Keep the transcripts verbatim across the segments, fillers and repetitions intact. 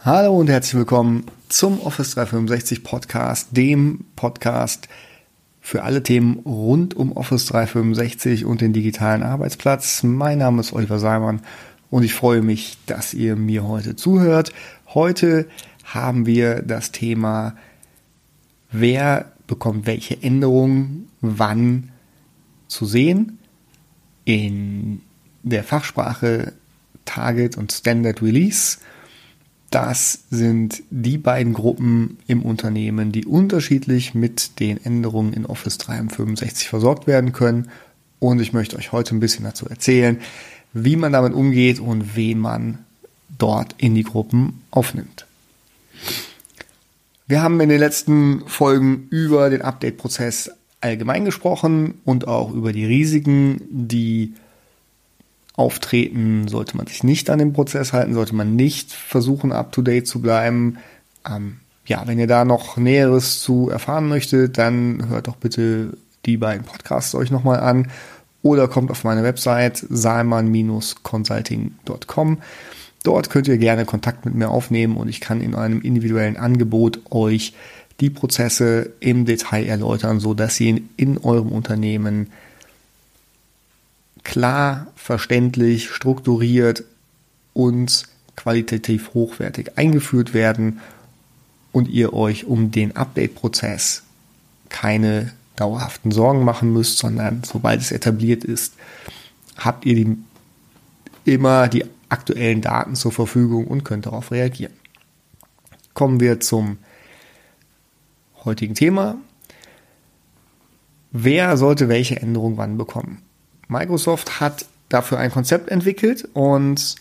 Hallo und herzlich willkommen zum Office dreihundertfünfundsechzig Podcast, dem Podcast für alle Themen rund um Office dreihundertfünfundsechzig und den digitalen Arbeitsplatz. Mein Name ist Oliver Seimann und ich freue mich, dass ihr mir heute zuhört. Heute haben wir das Thema, wer bekommt welche Änderungen wann zu sehen in der Fachsprache Target und Standard Release. Das sind die beiden Gruppen im Unternehmen, die unterschiedlich mit den Änderungen in Office dreihundertfünfundsechzig versorgt werden können. Und ich möchte euch heute ein bisschen dazu erzählen, wie man damit umgeht und wen man dort in die Gruppen aufnimmt. Wir haben in den letzten Folgen über den Update-Prozess allgemein gesprochen und auch über die Risiken, die auftreten, sollte man sich nicht an den Prozess halten, sollte man nicht versuchen, up-to-date zu bleiben. Ähm, ja, wenn ihr da noch Näheres zu erfahren möchtet, dann hört doch bitte die beiden Podcasts euch nochmal an oder kommt auf meine Website seimann Bindestrich consulting Punkt com. Dort könnt ihr gerne Kontakt mit mir aufnehmen und ich kann in einem individuellen Angebot euch die Prozesse im Detail erläutern, so dass sie in, in eurem Unternehmen klar, verständlich, strukturiert und qualitativ hochwertig eingeführt werden und ihr euch um den Update-Prozess keine dauerhaften Sorgen machen müsst, sondern sobald es etabliert ist, habt ihr die, immer die aktuellen Daten zur Verfügung und könnt darauf reagieren. Kommen wir zum heutigen Thema. Wer sollte welche Änderung wann bekommen? Microsoft hat dafür ein Konzept entwickelt und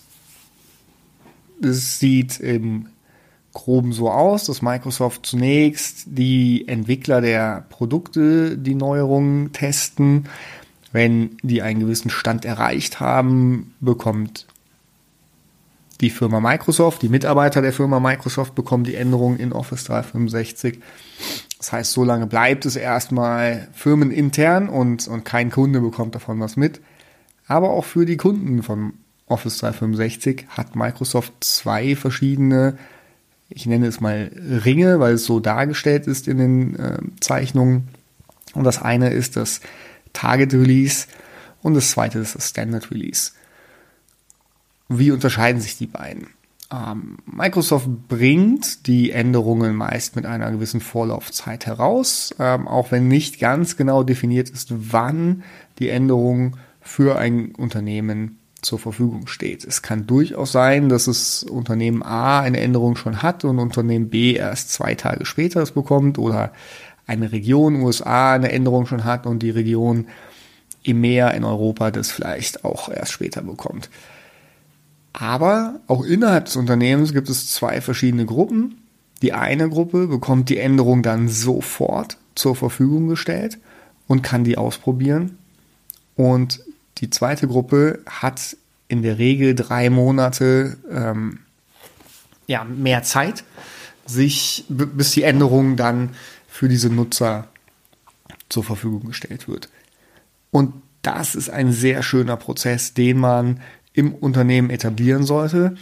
es sieht im Groben so aus, dass Microsoft zunächst die Entwickler der Produkte die Neuerungen testen. Wenn die einen gewissen Stand erreicht haben, bekommt die Firma Microsoft, die Mitarbeiter der Firma Microsoft bekommen die Änderungen in Office dreihundertfünfundsechzig. Das heißt, so lange bleibt es erstmal firmenintern und, und kein Kunde bekommt davon was mit. Aber auch für die Kunden von Office dreihundertfünfundsechzig hat Microsoft zwei verschiedene, ich nenne es mal Ringe, weil es so dargestellt ist in den äh, Zeichnungen. Und das eine ist das Target Release und das zweite ist das Standard Release. Wie unterscheiden sich die beiden? Ähm, Microsoft bringt die Änderungen meist mit einer gewissen Vorlaufzeit heraus, ähm, auch wenn nicht ganz genau definiert ist, wann die Änderung für ein Unternehmen zur Verfügung steht. Es kann durchaus sein, dass es Unternehmen A eine Änderung schon hat und Unternehmen B erst zwei Tage später es bekommt oder eine Region U S A eine Änderung schon hat und die Region E M E A in Europa das vielleicht auch erst später bekommt. Aber auch innerhalb des Unternehmens gibt es zwei verschiedene Gruppen. Die eine Gruppe bekommt die Änderung dann sofort zur Verfügung gestellt und kann die ausprobieren. Und die zweite Gruppe hat in der Regel drei Monate ähm, ja, mehr Zeit, sich, bis die Änderung dann für diese Nutzer zur Verfügung gestellt wird. Und das ist ein sehr schöner Prozess, den man im Unternehmen etablieren sollte.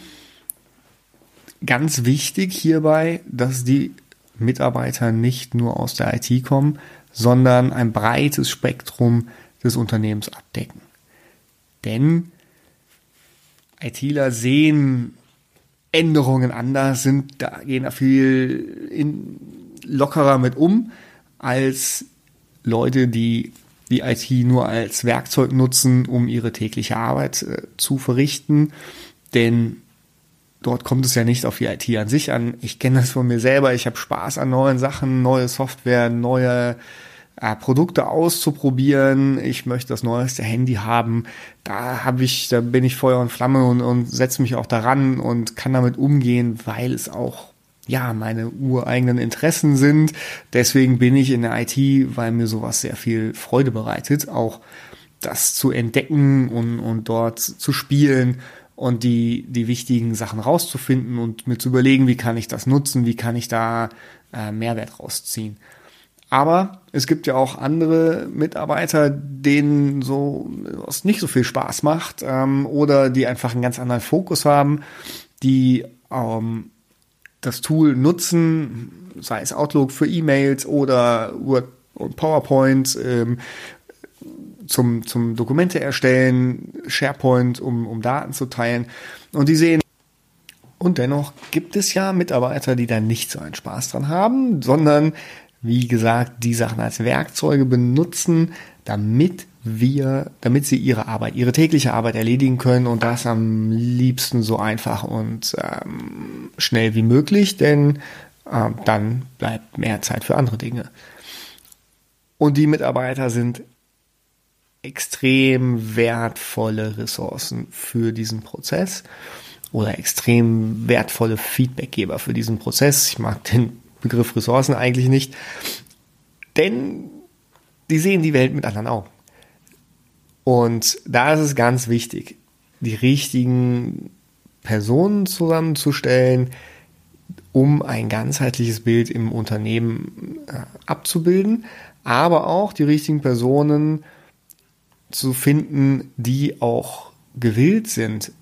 Ganz wichtig hierbei, dass die Mitarbeiter nicht nur aus der I T kommen, sondern ein breites Spektrum des Unternehmens abdecken. Denn ITler sehen Änderungen anders, sind da, gehen da viel in, lockerer mit um als Leute, die die I T nur als Werkzeug nutzen, um ihre tägliche Arbeit äh, zu verrichten. Denn dort kommt es ja nicht auf die I T an sich an. Ich kenne das von mir selber. Ich habe Spaß an neuen Sachen, neue Software, neue äh, Produkte auszuprobieren. Ich möchte das neueste Handy haben. Da habe ich, da bin ich Feuer und Flamme und, und setze mich auch daran und kann damit umgehen, weil es auch ja, meine ureigenen Interessen sind. Deswegen bin ich in der I T, weil mir sowas sehr viel Freude bereitet, auch das zu entdecken und, und dort zu spielen und die, die wichtigen Sachen rauszufinden und mir zu überlegen, wie kann ich das nutzen, wie kann ich da äh, Mehrwert rausziehen. Aber es gibt ja auch andere Mitarbeiter, denen so was nicht so viel Spaß macht ähm, oder die einfach einen ganz anderen Fokus haben, die ähm, das Tool nutzen, sei es Outlook für E-Mails oder Word und PowerPoint, ähm, zum, zum Dokumente erstellen, SharePoint, um, um Daten zu teilen. Und die sehen, und dennoch gibt es ja Mitarbeiter, die da nicht so einen Spaß dran haben, sondern, wie gesagt, die Sachen als Werkzeuge benutzen, damit wir, damit sie ihre Arbeit, ihre tägliche Arbeit erledigen können und das am liebsten so einfach und ähm, schnell wie möglich, denn äh, dann bleibt mehr Zeit für andere Dinge. Und die Mitarbeiter sind extrem wertvolle Ressourcen für diesen Prozess oder extrem wertvolle Feedbackgeber für diesen Prozess. Ich mag den Begriff Ressourcen eigentlich nicht, denn die sehen die Welt mit anderen Augen. Und da ist es ganz wichtig, die richtigen Personen zusammenzustellen, um ein ganzheitliches Bild im Unternehmen äh, abzubilden, aber auch die richtigen Personen zu finden, die auch gewillt sind,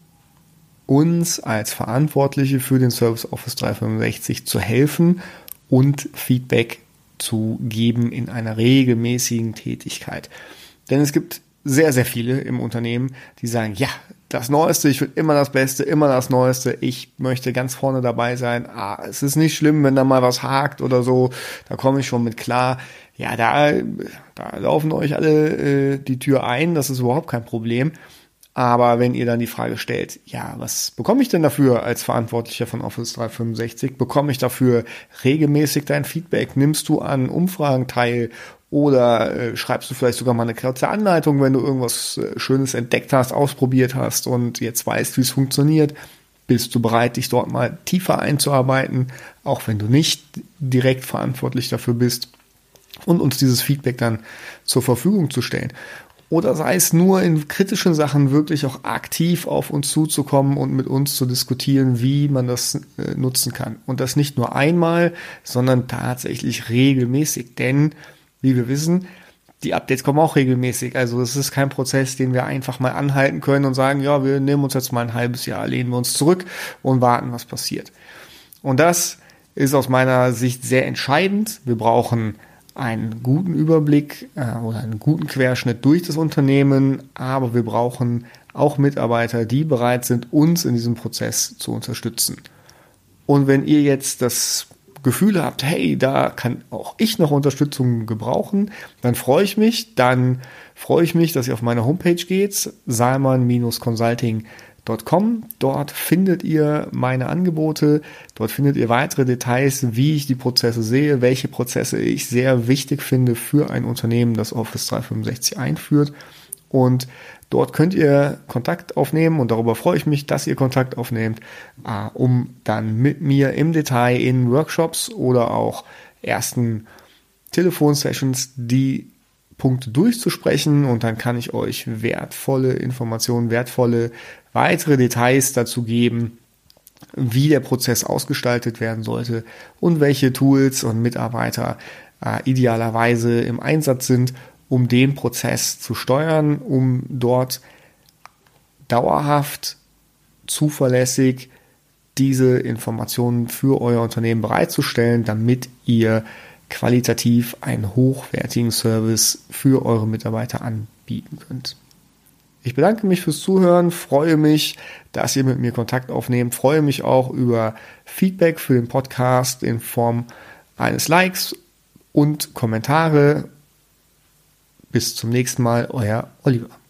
uns als Verantwortliche für den Service Office dreihundertfünfundsechzig zu helfen und Feedback zu geben in einer regelmäßigen Tätigkeit. Denn es gibt sehr, sehr viele im Unternehmen, die sagen, ja, das Neueste, ich will immer das Beste, immer das Neueste, ich möchte ganz vorne dabei sein, ah, es ist nicht schlimm, wenn da mal was hakt oder so, da komme ich schon mit klar. Ja, da, da laufen euch alle äh, die Tür ein, das ist überhaupt kein Problem. Aber wenn ihr dann die Frage stellt, ja, was bekomme ich denn dafür als Verantwortlicher von Office dreihundertfünfundsechzig? Bekomme ich dafür regelmäßig dein Feedback? Nimmst du an Umfragen teil? Oder äh, schreibst du vielleicht sogar mal eine kurze Anleitung, wenn du irgendwas äh, Schönes entdeckt hast, ausprobiert hast und jetzt weißt, wie es funktioniert? Bist du bereit, dich dort mal tiefer einzuarbeiten, auch wenn du nicht direkt verantwortlich dafür bist, und uns dieses Feedback dann zur Verfügung zu stellen? Oder sei es nur in kritischen Sachen wirklich auch aktiv auf uns zuzukommen und mit uns zu diskutieren, wie man das äh, nutzen kann. Und das nicht nur einmal, sondern tatsächlich regelmäßig. Denn, wie wir wissen, die Updates kommen auch regelmäßig. Also es ist kein Prozess, den wir einfach mal anhalten können und sagen, ja, wir nehmen uns jetzt mal ein halbes Jahr, lehnen wir uns zurück und warten, was passiert. Und das ist aus meiner Sicht sehr entscheidend. Wir brauchen einen guten Überblick äh, oder einen guten Querschnitt durch das Unternehmen, aber wir brauchen auch Mitarbeiter, die bereit sind, uns in diesem Prozess zu unterstützen. Und wenn ihr jetzt das Gefühl habt, hey, da kann auch ich noch Unterstützung gebrauchen, dann freue ich mich, dann freue ich mich, dass ihr auf meine Homepage geht, salman Bindestrich consulting Punkt com. Dort findet ihr meine Angebote, dort findet ihr weitere Details, wie ich die Prozesse sehe, welche Prozesse ich sehr wichtig finde für ein Unternehmen, das Office dreihundertfünfundsechzig einführt. Und dort könnt ihr Kontakt aufnehmen und darüber freue ich mich, dass ihr Kontakt aufnehmt, um dann mit mir im Detail in Workshops oder auch ersten Telefonsessions die Punkte durchzusprechen, und dann kann ich euch wertvolle Informationen, wertvolle weitere Details dazu geben, wie der Prozess ausgestaltet werden sollte und welche Tools und Mitarbeiter äh, idealerweise im Einsatz sind, um den Prozess zu steuern, um dort dauerhaft, zuverlässig diese Informationen für euer Unternehmen bereitzustellen, damit ihr qualitativ einen hochwertigen Service für eure Mitarbeiter anbieten könnt. Ich bedanke mich fürs Zuhören, freue mich, dass ihr mit mir Kontakt aufnehmt, freue mich auch über Feedback für den Podcast in Form eines Likes und Kommentare. Bis zum nächsten Mal, euer Oliver.